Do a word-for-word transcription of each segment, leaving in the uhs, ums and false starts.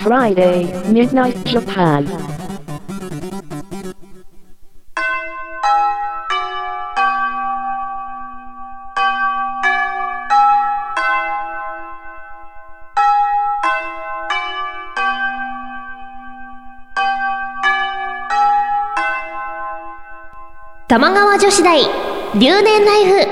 Friday, Midnight Japan. 玉川女子大留年ライフ。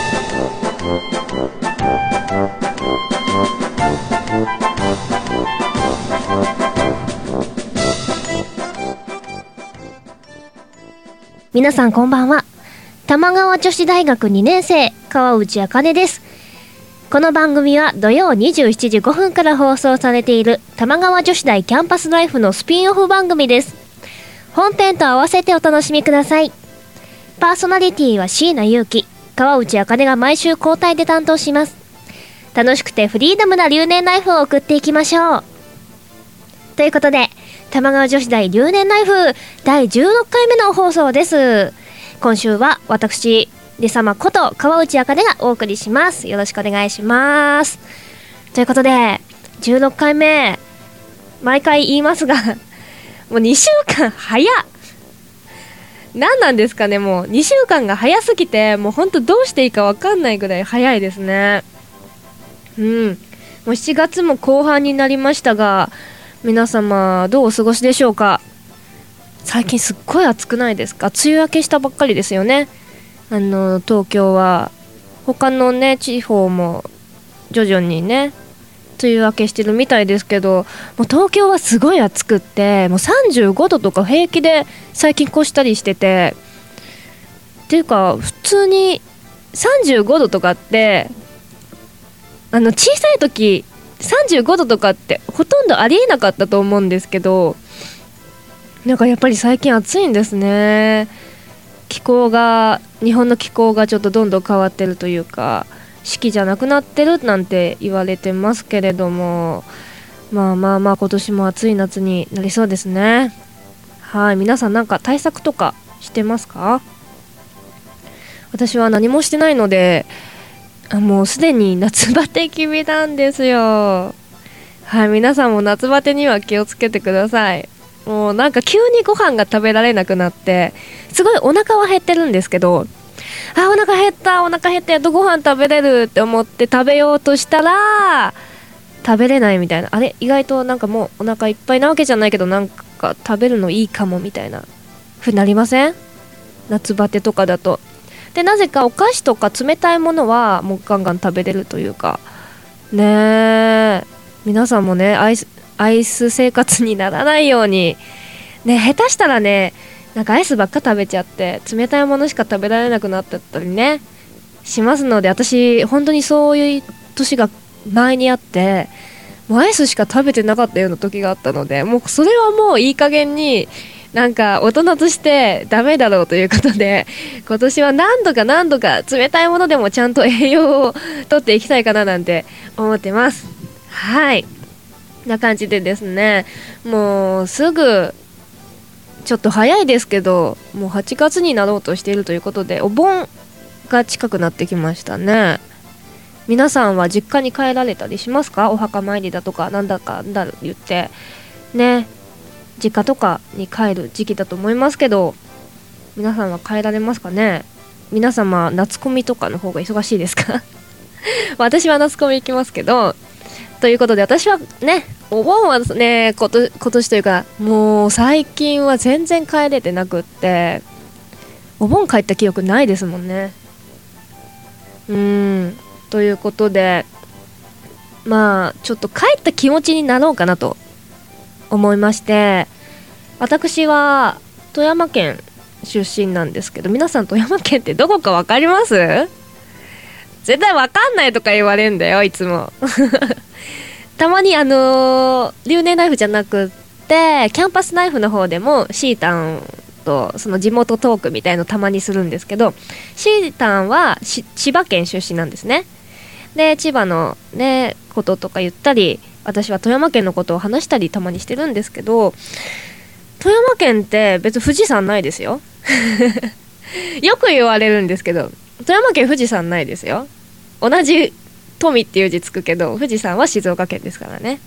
皆さんこんばんは。玉川女子大学にねん生川内茜です。この番組は土曜にじゅうしちじごふんから放送されている玉川女子大キャンパスライフのスピンオフ番組です。本編と合わせてお楽しみください。パーソナリティは椎名優樹、川内茜が毎週交代で担当します。楽しくてフリーダムな留年ライフを送っていきましょう。ということで、玉川女子大留年ライフだいじゅうろっかいめの放送です。今週は私リサマこと川内茜がお送りします。よろしくお願いします。ということでじゅうろっかいめ、毎回言いますがもうにしゅうかん早っ。何なんですかね、もうにしゅうかんが早すぎて、もうほんとどうしていいか分かんないぐらい早いですね。うんもうしちがつも後半になりましたが、皆様どうお過ごしでしょうか。最近すっごい暑くないですか。梅雨明けしたばっかりですよね。あの東京は、他のね地方も徐々にね梅雨明けしてるみたいですけど、もう東京はすごい暑くって、もうさんじゅうごどとか平気で最近越したりしてて、っていうか普通にさんじゅうごどとかって、あの小さい時さんじゅうごどとかってほとんどありえなかったと思うんですけど、なんかやっぱり最近暑いんですね。気候が、日本の気候がちょっとどんどん変わってるというか、四季じゃなくなってるなんて言われてますけれども、まあまあまあ今年も暑い夏になりそうですね。はい、皆さんなんか対策とかしてますか？私は何もしてないので、あもうすでに夏バテ気味なんですよ。はい、皆さんも夏バテには気をつけてください。もうなんか急にご飯が食べられなくなって、すごいお腹は減ってるんですけど、あお腹減ったお腹減ったやっとご飯食べれるって思って食べようとしたら食べれないみたいな、あれ意外となんかもうお腹いっぱいなわけじゃないけど、なんか食べるのいいかもみたいなふうになりません？夏バテとかだと。でなぜかお菓子とか冷たいものはもうガンガン食べれるというかねえ、皆さんもねアイス、アイス生活にならないようにね、下手したらねなんかアイスばっか食べちゃって冷たいものしか食べられなくなってったりねしますので、私本当にそういう年が前にあって、もうアイスしか食べてなかったような時があったので、もうそれはもういい加減になんか大人としてダメだろうということで、今年は何度か何度か冷たいものでもちゃんと栄養をとっていきたいかななんて思ってます。はいな感じでですね、もうすぐちょっと早いですけど、もうはちがつになろうとしているということで、お盆が近くなってきましたね。皆さんは実家に帰られたりしますか？お墓参りだとかなんだかんだ言ってね、実家とかに帰る時期だと思いますけど、皆さんは帰られますかね？皆様夏コミとかの方が忙しいですか？私は夏コミ行きますけど、ということで私はねお盆はね今年、今年というかもう最近は全然帰れてなくって、お盆帰った記憶ないですもんね。うーんということで、まあちょっと帰った気持ちになろうかなと思いまして、私は富山県出身なんですけど、皆さん富山県ってどこか分かります？絶対分かんないとか言われるんだよいつも。たまにあのー、留年ライフじゃなくってキャンパスライフの方でもシータンとその地元トークみたいのたまにするんですけど、シータンは千葉県出身なんですね。で千葉のねこととか言ったり、私は富山県のことを話したりたまにしてるんですけど、富山県って別に富士山ないですよ。よく言われるんですけど、富山県富士山ないですよ。同じ富っていう字つくけど富士山は静岡県ですからね。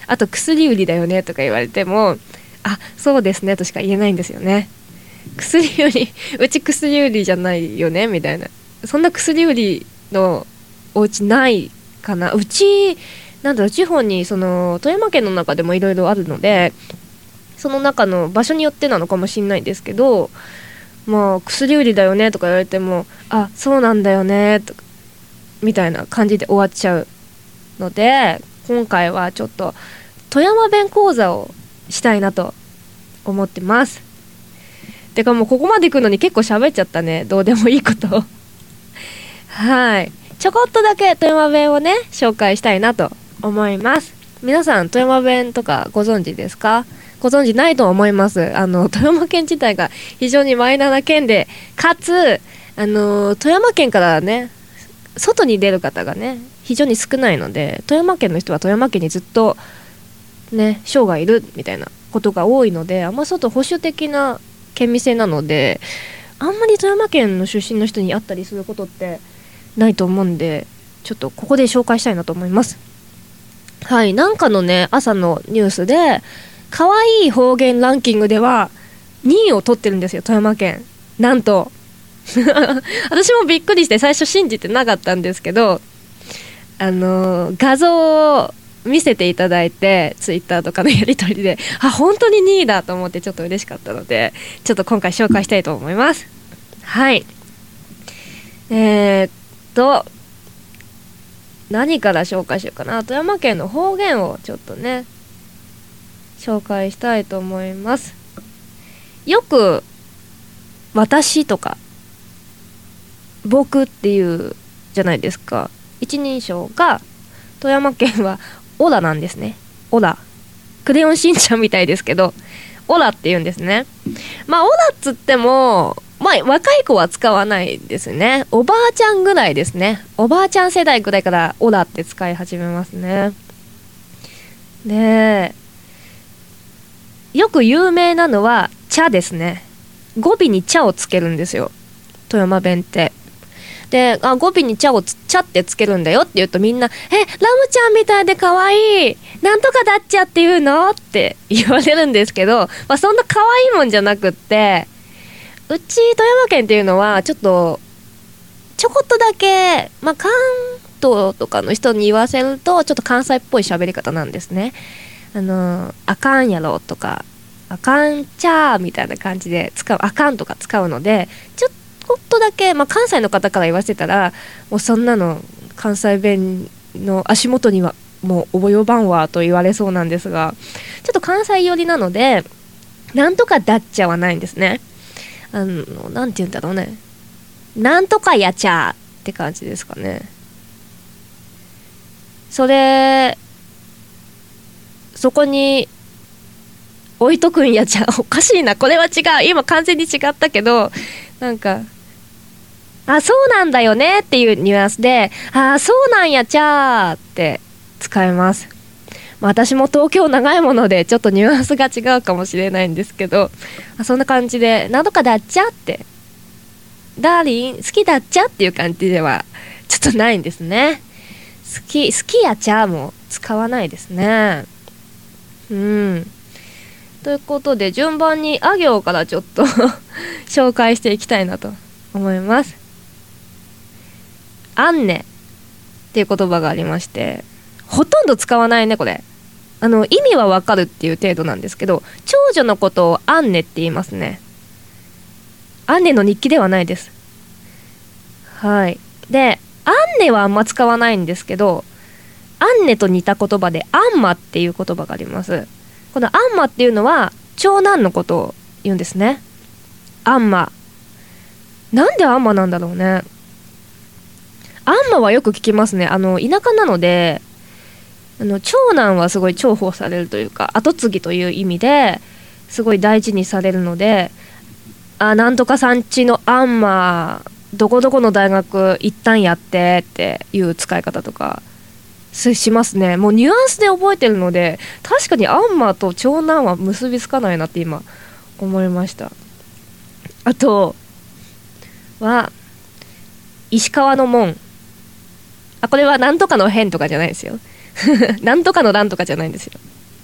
あと薬売りだよねとか言われても、あ、そうですねとしか言えないんですよね。薬売り、うち薬売りじゃないよねみたいな、そんな薬売りのお家ないかな。うちなんだろう、地方にその富山県の中でもいろいろあるので、その中の場所によってなのかもしれないんですけど、まあ薬売りだよねとか言われても、あ、そうなんだよねとかみたいな感じで終わっちゃうので、今回はちょっと富山弁講座をしたいなと思ってます。てかもうここまで来るのに結構喋っちゃったね、どうでもいいことはい、ちょこっとだけ富山弁をね紹介したいなと思います。皆さん富山弁とかご存知ですか？ご存知ないと思います。あの富山県自体が非常にマイナーな県で、かつあの富山県からね外に出る方がね非常に少ないので、富山県の人は富山県にずっとね生涯いるみたいなことが多いので、あんま外保守的な県民性なので、あんまり富山県の出身の人に会ったりすることってないと思うんで、ちょっとここで紹介したいなと思います。はい、なんかのね朝のニュースで可愛い方言ランキングではにいを取ってるんですよ、富山県。なんと私もびっくりして最初信じてなかったんですけど、あのー、画像を見せていただいて、ツイッターとかのやり取りで、あ、本当ににいだと思ってちょっと嬉しかったので、ちょっと今回紹介したいと思います。はい、えー、っと何から紹介しようかな。富山県の方言をちょっとね紹介したいと思います。よく私とか僕っていうじゃないですか。一人称が富山県はオラなんですね。オラ、クレヨンしんちゃんみたいですけどオラって言うんですね。まあオラっつっても、まあ若い子は使わないですね。おばあちゃんぐらいですね。おばあちゃん世代ぐらいからオラって使い始めますね。で、よく有名なのは茶ですね。語尾に茶をつけるんですよ、富山弁って。で、あ、語尾に茶をつ茶ってつけるんだよって言うと、みんなえ、ラムちゃんみたいで可愛い、なんとかだっちゃっていうのって言われるんですけど、まあ、そんな可愛いもんじゃなくって、うち富山県っていうのはちょっとちょこっとだけ、まあ、関東とかの人に言わせるとちょっと関西っぽい喋り方なんですね。あのあかんやろとかあかんちゃーみたいな感じで使う、あかんとか使うので、ちょっとだけ、まあ、関西の方から言わせたら、もうそんなの関西弁の足元にはもう及ばんわと言われそうなんですが、ちょっと関西寄りなので、なんとかだっちゃはないんですね。あのなんて言うんだろうね、なんとかやちゃーって感じですかね。それそこに置いとくんやちゃおかしいな、これは違う、今完全に違ったけど、なんかあ、そうなんだよねっていうニュアンスで、あ、そうなんやちゃーって使えます。まあ、私も東京長いものでちょっとニュアンスが違うかもしれないんですけど、あ、そんな感じでなんとかだっちゃって、ダーリン好きだっちゃっていう感じではちょっとないんですね。好き好きやちゃーも使わないですね。うん、ということで順番にあ行からちょっと紹介していきたいなと思います。あんねっていう言葉がありまして、ほとんど使わないねこれ。あの意味はわかるっていう程度なんですけど、長女のことをあんねって言いますね。あんねの日記ではないです。はい。で、あんねはあんま使わないんですけど、あんねと似た言葉であんまっていう言葉があります。このあんまっていうのは長男のことを言うんですね。あんま、なんであんまなんだろうね。あんまはよく聞きますね。あの田舎なので、あの長男はすごい重宝されるというか、後継ぎという意味ですごい大事にされるので、あ、なんとかさんちのあんまどこどこの大学一旦やってっていう使い方とかしますね。もうニュアンスで覚えてるので、確かにあんまと長男は結びつかないなって今思いました。あとは石川の門、あ、これはなんとかの変とかじゃないですよなんとかの乱とかじゃないんですよ。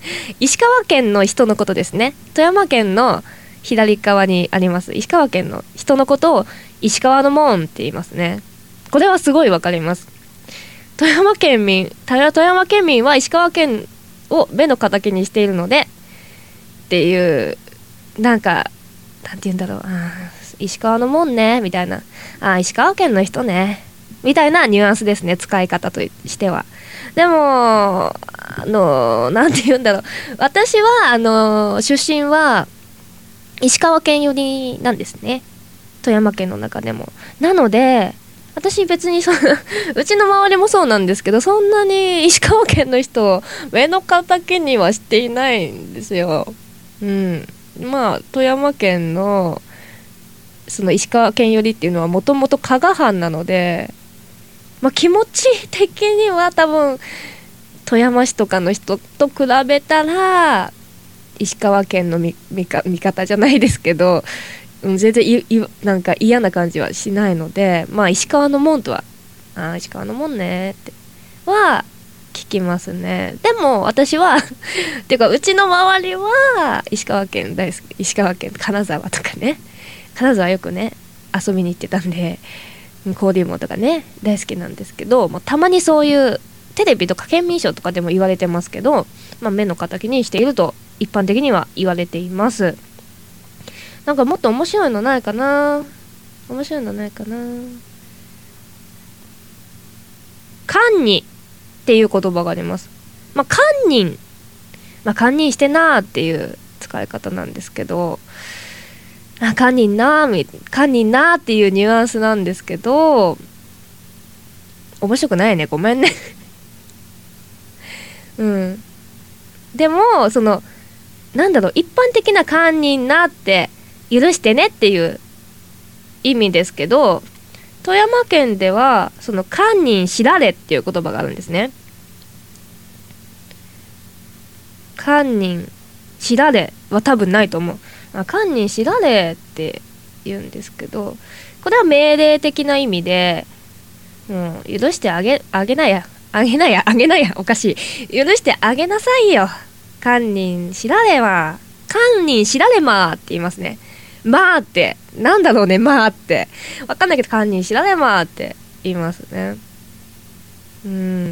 石川県の人のことですね。富山県の左側にあります石川県の人のことを石川の門って言いますね。これはすごいわかります。富山県民富山県民は石川県を目の敵にしているのでっていう、なんかなんて言うんだろう、あ石川の門ねみたいな、あ石川県の人ねみたいなニュアンスですね、使い方としては。でもあのなんて言うんだろう、私はあの出身は石川県寄りなんですね、富山県の中でも。なので私別にそうちの周りもそうなんですけど、そんなに石川県の人を目の敵にはしていないんですよ。うん、まあ富山県のその石川県寄りっていうのはもともと加賀藩なので、まあ、気持ち的には多分富山市とかの人と比べたら石川県の味方じゃないですけど、全然いいなんか嫌な感じはしないので、まあ石川の門とはあ石川の門ねっては聞きますね。でも私はっていうかうちの周りは石川県大好き、石川県金沢とかね、金沢よくね遊びに行ってたんで交流網とかね大好きなんですけど、もうたまにそういうテレビとか県民賞とかでも言われてますけど、まあ、目の敵にしていると一般的には言われています。なんかもっと面白いのないかな、面白いのないかな。堪忍っていう言葉があります。まあ堪忍、まあ堪忍してなーっていう使い方なんですけど、あ堪忍なー堪忍なーっていうニュアンスなんですけど、面白くないね、ごめんねうんでもそのなんだろう、一般的な堪忍なって許してねっていう意味ですけど、富山県ではその堪忍知られっていう言葉があるんですね。堪忍知られは多分ないと思う。あ堪忍知られって言うんですけど、これは命令的な意味で、もう許してあげあげなやあげなやあげなやおかしい、許してあげなさいよ、堪忍知られは堪忍知られまーって言いますね。まあってなんだろうね、まあってわかんないけど堪忍知られまーって言いますね。うん。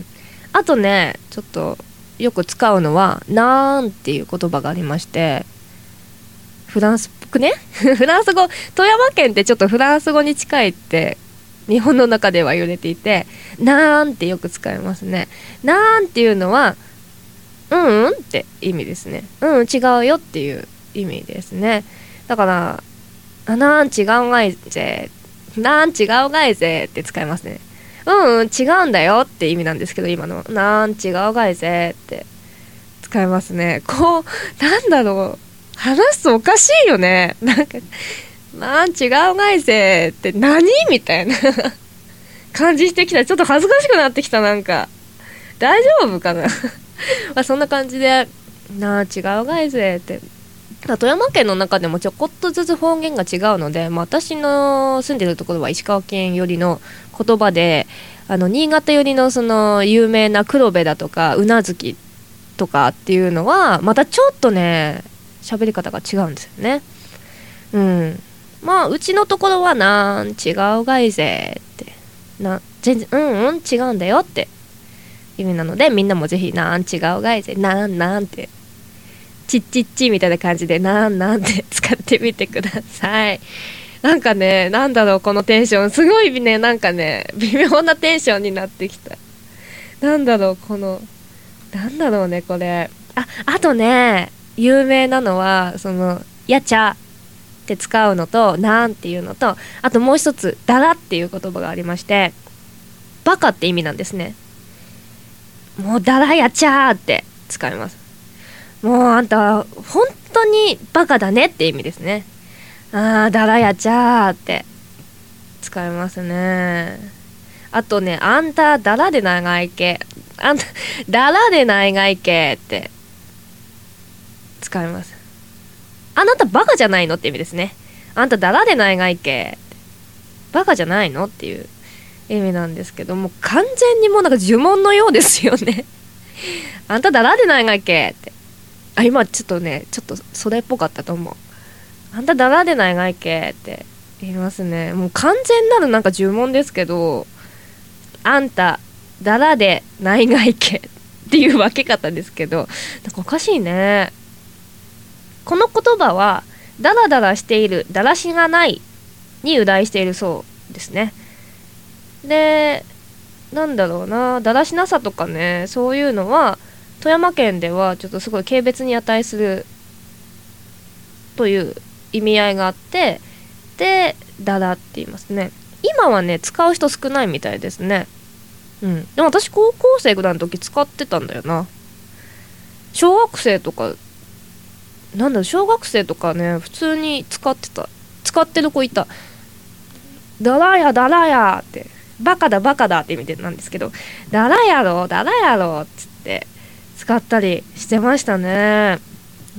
あとねちょっとよく使うのはなんっていう言葉がありまして、フランスっぽくねフランス語、富山県ってちょっとフランス語に近いって日本の中では言われていて、なんってよく使いますね。なんっていうのはうんうんって意味ですね。うん違うよっていう意味ですね。だからあなん違うがいぜなん違うがいぜって使いますね。うんうん違うんだよって意味なんですけど、今のなん違うがいぜって使いますね。こうなんだろう、話すとおかしいよね。なんかなん違うがいぜって何みたいな感じしてきた。ちょっと恥ずかしくなってきた。なんか大丈夫かなまあそんな感じでなあ違うがいぜって、富山県の中でもちょこっとずつ方言が違うので、まあ、私の住んでるところは石川県寄りの言葉で、あの新潟寄りのその有名な黒部だとかうなずきとかっていうのはまたちょっとね喋り方が違うんですよね。うんまあうちのところはなん違うがいぜってな全然うんうん違うんだよって意味なので、みんなもぜひなん違うがいぜなんなんってちっちっちみたいな感じでなんなんて使ってみてください。なんかねなんだろうこのテンションすごいね、なんかね微妙なテンションになってきた。なんだろうこのなんだろうねこれ。ああとね有名なのはそのやちゃって使うのとなんっていうのと、あともう一つだらっていう言葉がありまして、バカって意味なんですね。もうだらやちゃーって使います。もうあんた本当にバカだねって意味ですね。あーだらやちゃーって使いますね。あとねあんただらで長いけあんただらで長いけって使います。あなたバカじゃないのって意味ですね。あんただらで長いけバカじゃないのっていう意味なんですけども、完全にもうなんか呪文のようですよねあんただらで長いけってあ、今ちょっとねちょっとそれっぽかったと思う。あんただらでないがいけって言いますね。もう完全なるなんか呪文ですけど、あんただらでないがいけっていう分け方ですけど、なんかおかしいね。この言葉はだらだらしている、だらしがないに由来しているそうですね。で、なんだろうな、だらしなさとかね、そういうのは富山県ではちょっとすごい軽蔑に値するという意味合いがあって、でだらって言いますね。今はね使う人少ないみたいですね。うん、でも私高校生ぐらいの時使ってたんだよな。小学生とかなんだろう、小学生とかね普通に使ってた、使ってる子いた。だらやだらやってバカだバカだって意味でなんですけど、だらやろだらやろっつって使ったりしてましたね。うん。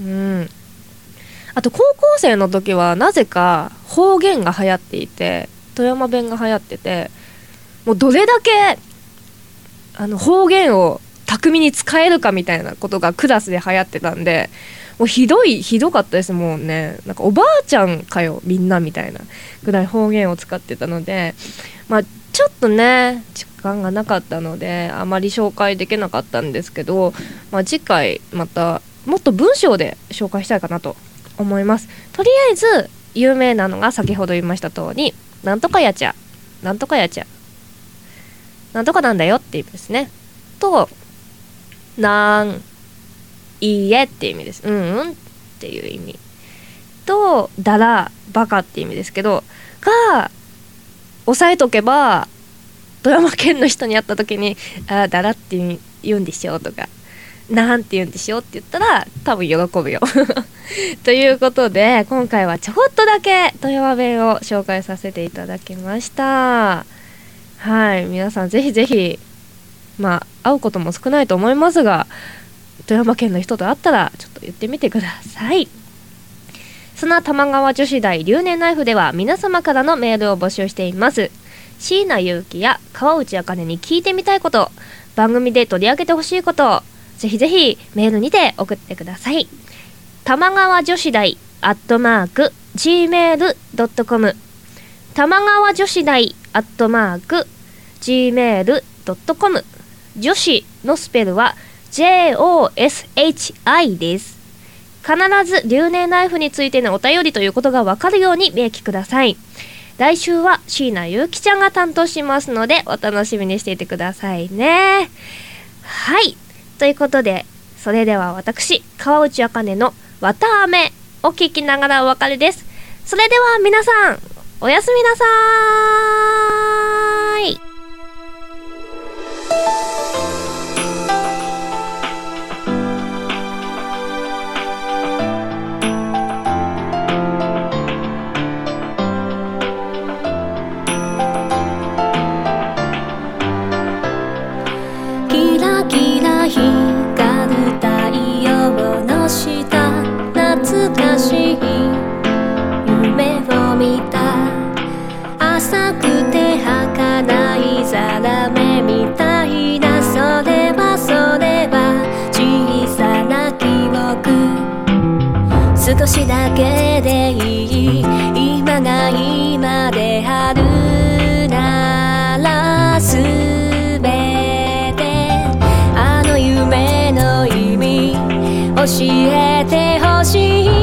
あと高校生の時はなぜか方言が流行っていて、富山弁が流行ってて、もうどれだけあの方言を巧みに使えるかみたいなことがクラスで流行ってたんで、もうひどいひどかったです。もうね、なんかおばあちゃんかよみんなみたいなぐらい方言を使ってたので、まあちょっとね時間がなかったのであまり紹介できなかったんですけど、まあ、次回またもっと文章で紹介したいかなと思います。とりあえず有名なのが先ほど言いました通り、なんとかやちゃなんとかやちゃなんとかなんだよって意味ですね。と、なんいいえって意味です。うんうんっていう意味と、だらバカって意味ですけどが押さえとけば、富山県の人に会った時にあだらって言うんでしょとか、なんて言うんでしょって言ったら多分喜ぶよということで、今回はちょこっとだけ富山弁を紹介させていただきました。はい、皆さんぜひぜひ、まあ会うことも少ないと思いますが、富山県の人と会ったらちょっと言ってみてください。その玉川女子大留年ナイフでは皆様からのメールを募集しています。椎名祐希や川内茜に聞いてみたいこと、番組で取り上げてほしいこと、ぜひぜひメールにて送ってください。玉川女子大アットマーク ジーメールドットコム、 玉川女子大アットマーク ジーメールドットコム、 女子のスペルは ジェイオーエスエイチアイ です。必ず留年ナイフについてのお便りということが分かるように明記ください。来週は椎名ゆうきちゃんが担当しますのでお楽しみにしていてくださいね。はい、ということで、それでは私川内茜の綿あめを聞きながらお別れです。それでは皆さんおやすみなさーい。 キラキラ光る太陽の下、懐かしい夢を見た。浅くて儚いザラメみたいな、それはそれは小さな記憶。少しだけでいい、今が今であるならすべて、あの夢の意味教えてほしい。